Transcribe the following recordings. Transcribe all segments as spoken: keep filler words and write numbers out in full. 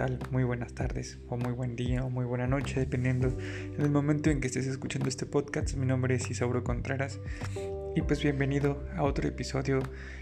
tal? Muy buenas tardes, o muy buen día, o muy buena noche, dependiendo del momento en que estés escuchando este podcast. Mi nombre es Isauro Contreras y pues bienvenido a otro episodio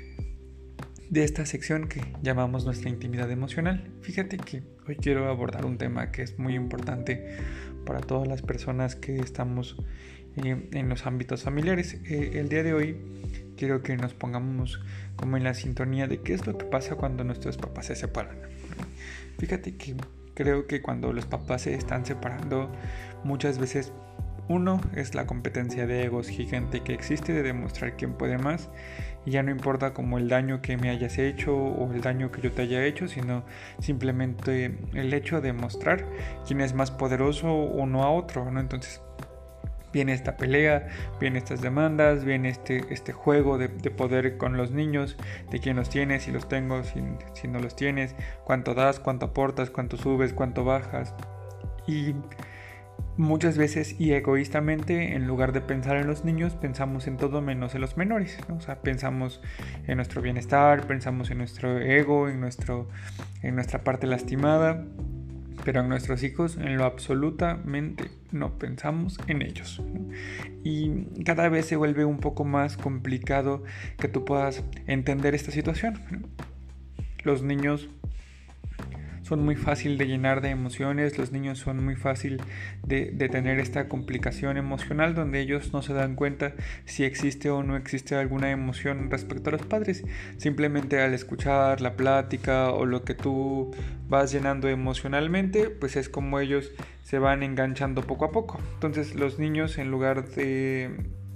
de esta sección que llamamos nuestra intimidad emocional. Fíjate que hoy quiero abordar un tema que es muy importante para todas las personas que estamos eh, en los ámbitos familiares. Eh, el día de hoy quiero que nos pongamos como en la sintonía de qué es lo que pasa cuando nuestros papás se separan. Fíjate que creo que cuando los papás se están separando, muchas veces uno es la competencia de egos gigante que existe de demostrar quién puede más, y ya no importa como el daño que me hayas hecho o el daño que yo te haya hecho, sino simplemente el hecho de mostrar quién es más poderoso uno a otro, ¿no? Entonces viene esta pelea, viene estas demandas, viene este, este juego de, de poder con los niños, de quién los tienes, si los tengo, si, si no los tienes, cuánto das, cuánto aportas, cuánto subes, cuánto bajas. Y muchas veces y egoístamente, en lugar de pensar en los niños, pensamos en todo menos en los menores, ¿no? O sea, pensamos en nuestro bienestar, pensamos en nuestro ego, en, nuestro, en nuestra parte lastimada. Pero en nuestros hijos en lo absolutamente no pensamos en ellos, ¿no? Y cada vez se vuelve un poco más complicado que tú puedas entender esta situación, ¿no? Los niños son muy fácil de llenar de emociones, los niños son muy fácil de, de tener esta complicación emocional donde ellos no se dan cuenta si existe o no existe alguna emoción respecto a los padres. Simplemente al escuchar la plática o lo que tú vas llenando emocionalmente, pues es como ellos se van enganchando poco a poco. Entonces los niños, en lugar de...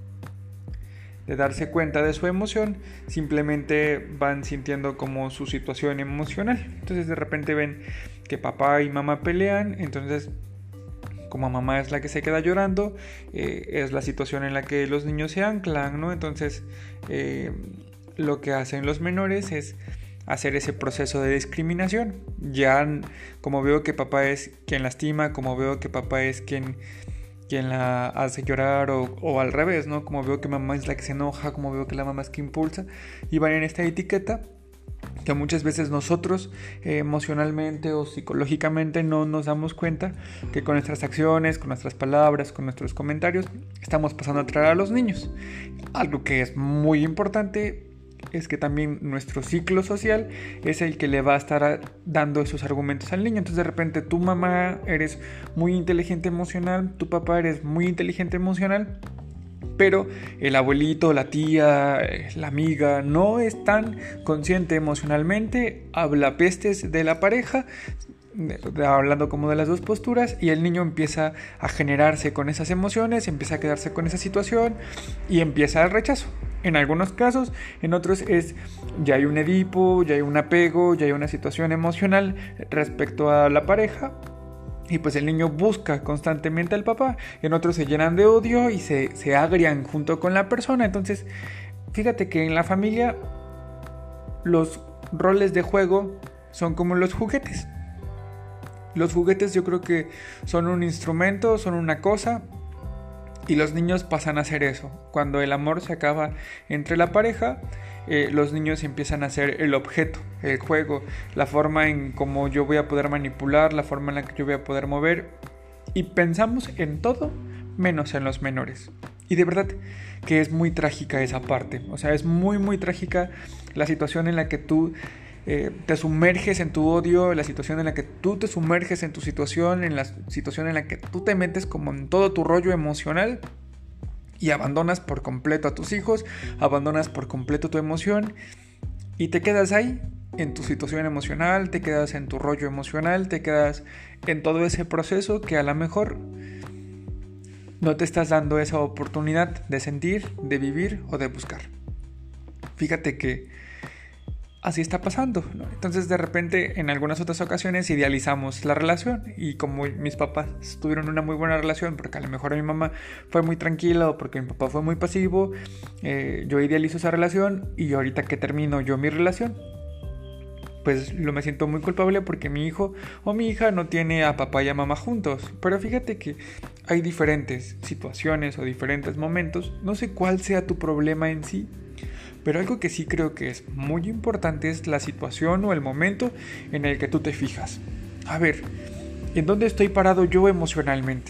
de darse cuenta de su emoción, simplemente van sintiendo como su situación emocional. Entonces de repente ven que papá y mamá pelean, entonces como mamá es la que se queda llorando, eh, es la situación en la que los niños se anclan, ¿no? Entonces eh, lo que hacen los menores es hacer ese proceso de discriminación. Ya como veo que papá es quien lastima, como veo que papá es quien quien la hace llorar o, o al revés, ¿no? Como veo que mamá es la que se enoja, como veo que la mamá es que impulsa, y van en esta etiqueta que muchas veces nosotros eh, emocionalmente o psicológicamente no nos damos cuenta que con nuestras acciones, con nuestras palabras, con nuestros comentarios estamos pasando a traer a los niños. Algo que es muy importante es que también nuestro ciclo social es el que le va a estar dando esos argumentos al niño. Entonces de repente tu mamá eres muy inteligente emocional, tu papá eres muy inteligente emocional, pero el abuelito, la tía, la amiga no es tan consciente emocionalmente, habla pestes de la pareja, hablando como de las dos posturas, y el niño empieza a generarse con esas emociones, empieza a quedarse con esa situación y empieza el rechazo. En algunos casos, en otros es ya hay un Edipo, ya hay un apego, ya hay una situación emocional respecto a la pareja, y pues el niño busca constantemente al papá. En otros se llenan de odio y se, se agrian junto con la persona. Entonces, fíjate que en la familia los roles de juego son como los juguetes. Los juguetes yo creo que son un instrumento, son una cosa, y los niños pasan a ser eso. Cuando el amor se acaba entre la pareja, eh, los niños empiezan a ser el objeto, el juego, la forma en cómo yo voy a poder manipular, la forma en la que yo voy a poder mover, y pensamos en todo menos en los menores. Y de verdad que es muy trágica esa parte. O sea, es muy muy trágica la situación en la que tú Eh, te sumerges en tu odio, la situación en la que tú te sumerges en tu situación, en la situación en la que tú te metes como en todo tu rollo emocional y abandonas por completo a tus hijos, abandonas por completo tu emoción y te quedas ahí en tu situación emocional, te quedas en tu rollo emocional, te quedas en todo ese proceso que a lo mejor no te estás dando esa oportunidad de sentir, de vivir o de buscar. Fíjate que así está pasando, ¿no? Entonces de repente en algunas otras ocasiones idealizamos la relación, y como mis papás tuvieron una muy buena relación porque a lo mejor mi mamá fue muy tranquila o porque mi papá fue muy pasivo, eh, yo idealizo esa relación, y ahorita que termino yo mi relación, pues lo me siento muy culpable porque mi hijo o mi hija no tiene a papá y a mamá juntos. Pero fíjate que hay diferentes situaciones o diferentes momentos, no sé cuál sea tu problema en sí, pero algo que sí creo que es muy importante es la situación o el momento en el que tú te fijas. a ver, ¿en dónde estoy parado yo emocionalmente?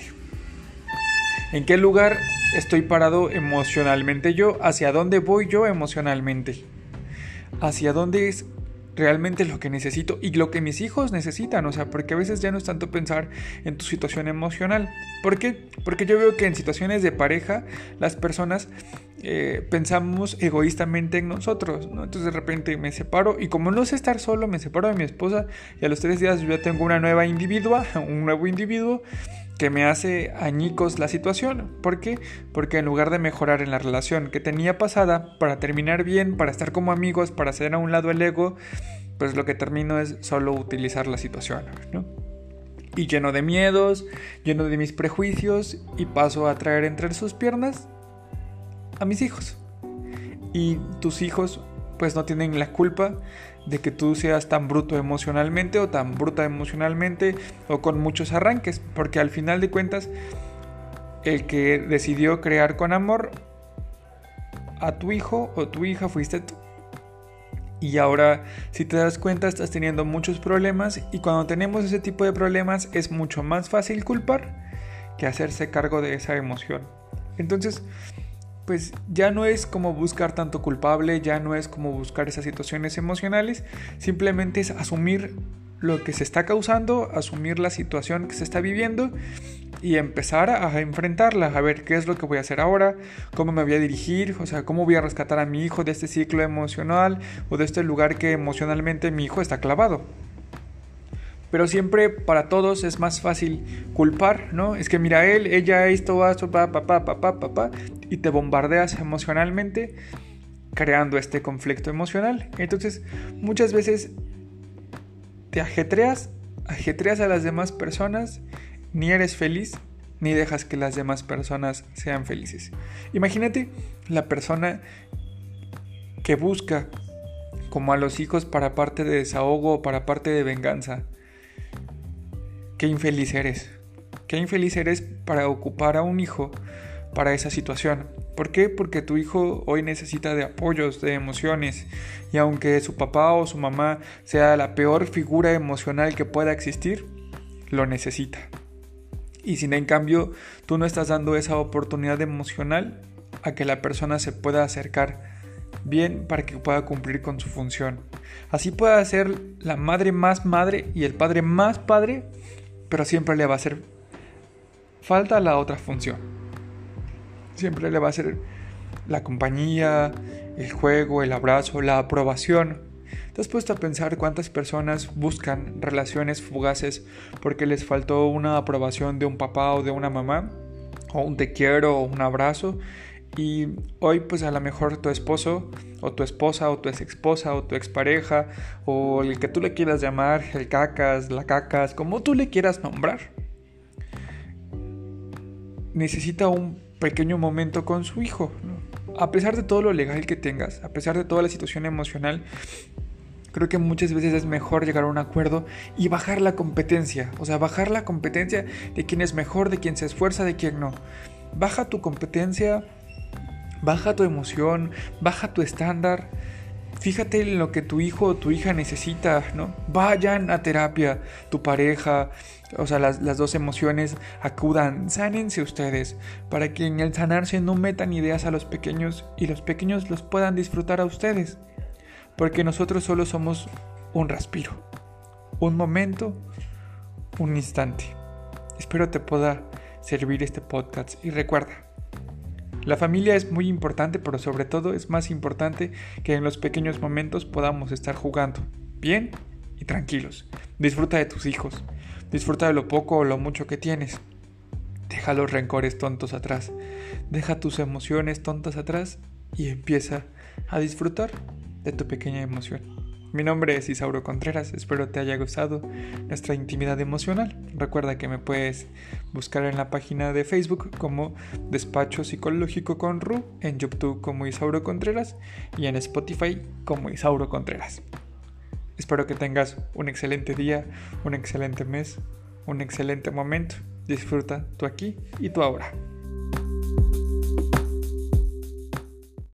¿En qué lugar estoy parado emocionalmente yo? ¿Hacia dónde voy yo emocionalmente? ¿Hacia dónde es realmente lo que necesito y lo que mis hijos necesitan? O sea, porque a veces ya no es tanto pensar en tu situación emocional. ¿Por qué? Porque yo veo que en situaciones de pareja las personas eh, pensamos egoístamente en nosotros, ¿no? Entonces de repente me separo y como no sé estar solo, me separo de mi esposa y a los tres días yo ya tengo una nueva individua, un nuevo individuo que me hace añicos la situación. ¿Por qué? Porque en lugar de mejorar en la relación que tenía pasada, para terminar bien, para estar como amigos, para hacer a un lado el ego, pues lo que termino es solo utilizar la situación, ¿no? Y lleno de miedos, lleno de mis prejuicios, y paso a traer entre sus piernas a mis hijos. Y tus hijos pues no tienen la culpa de que tú seas tan bruto emocionalmente o tan bruta emocionalmente o con muchos arranques, porque al final de cuentas el que decidió crear con amor a tu hijo o tu hija fuiste tú. Y ahora, si te das cuenta, estás teniendo muchos problemas, y cuando tenemos ese tipo de problemas es mucho más fácil culpar que hacerse cargo de esa emoción. Entonces, pues ya no es como buscar tanto culpable, ya no es como buscar esas situaciones emocionales, simplemente es asumir lo que se está causando, asumir la situación que se está viviendo y empezar a enfrentarla, a ver qué es lo que voy a hacer ahora, cómo me voy a dirigir, o sea, cómo voy a rescatar a mi hijo de este ciclo emocional o de este lugar que emocionalmente mi hijo está clavado. Pero siempre para todos es más fácil culpar, ¿no? Es que mira él, ella, esto, esto, pa, pa, pa, pa, pa, pa, pa, y te bombardeas emocionalmente creando este conflicto emocional. Entonces, muchas veces te ajetreas, ajetreas a las demás personas, ni eres feliz, ni dejas que las demás personas sean felices. Imagínate la persona que busca como a los hijos para parte de desahogo o para parte de venganza. Qué infeliz eres. Qué infeliz eres para ocupar a un hijo para esa situación. ¿Por qué? Porque tu hijo hoy necesita de apoyos, de emociones. Y aunque su papá o su mamá sea la peor figura emocional que pueda existir, lo necesita. Y si en cambio tú no estás dando esa oportunidad emocional a que la persona se pueda acercar bien para que pueda cumplir con su función. Así pueda ser la madre más madre y el padre más padre, pero siempre le va a hacer falta la otra función. Siempre le va a hacer la compañía, el juego, el abrazo, la aprobación. ¿Te has puesto a pensar cuántas personas buscan relaciones fugaces porque les faltó una aprobación de un papá o de una mamá? O un te quiero o un abrazo. Y hoy pues a lo mejor tu esposo o tu esposa o tu ex esposa o tu expareja o el que tú le quieras llamar, el cacas, la cacas, como tú le quieras nombrar, necesita un pequeño momento con su hijo, ¿no? A pesar de todo lo legal que tengas, a pesar de toda la situación emocional, creo que muchas veces es mejor llegar a un acuerdo y bajar la competencia. O sea, bajar la competencia de quién es mejor, de quién se esfuerza, de quién no. Baja tu competencia, baja tu emoción, baja tu estándar. Fíjate en lo que tu hijo o tu hija necesita, ¿no? Vayan a terapia, tu pareja, o sea, las, las dos emociones, acudan, sánense ustedes, para que en el sanarse no metan ideas a los pequeños y los pequeños los puedan disfrutar a ustedes. Porque nosotros solo somos un respiro, un momento, un instante. Espero te pueda servir este podcast y recuerda, la familia es muy importante, pero sobre todo es más importante que en los pequeños momentos podamos estar jugando bien y tranquilos. Disfruta de tus hijos, disfruta de lo poco o lo mucho que tienes. Deja los rencores tontos atrás, deja tus emociones tontas atrás y empieza a disfrutar de tu pequeña emoción. Mi nombre es Isauro Contreras, espero te haya gustado nuestra intimidad emocional. Recuerda que me puedes buscar en la página de Facebook como Despacho Psicológico con Ru, en YouTube como Isauro Contreras y en Spotify como Isauro Contreras. Espero que tengas un excelente día, un excelente mes, un excelente momento. Disfruta tu aquí y tu ahora.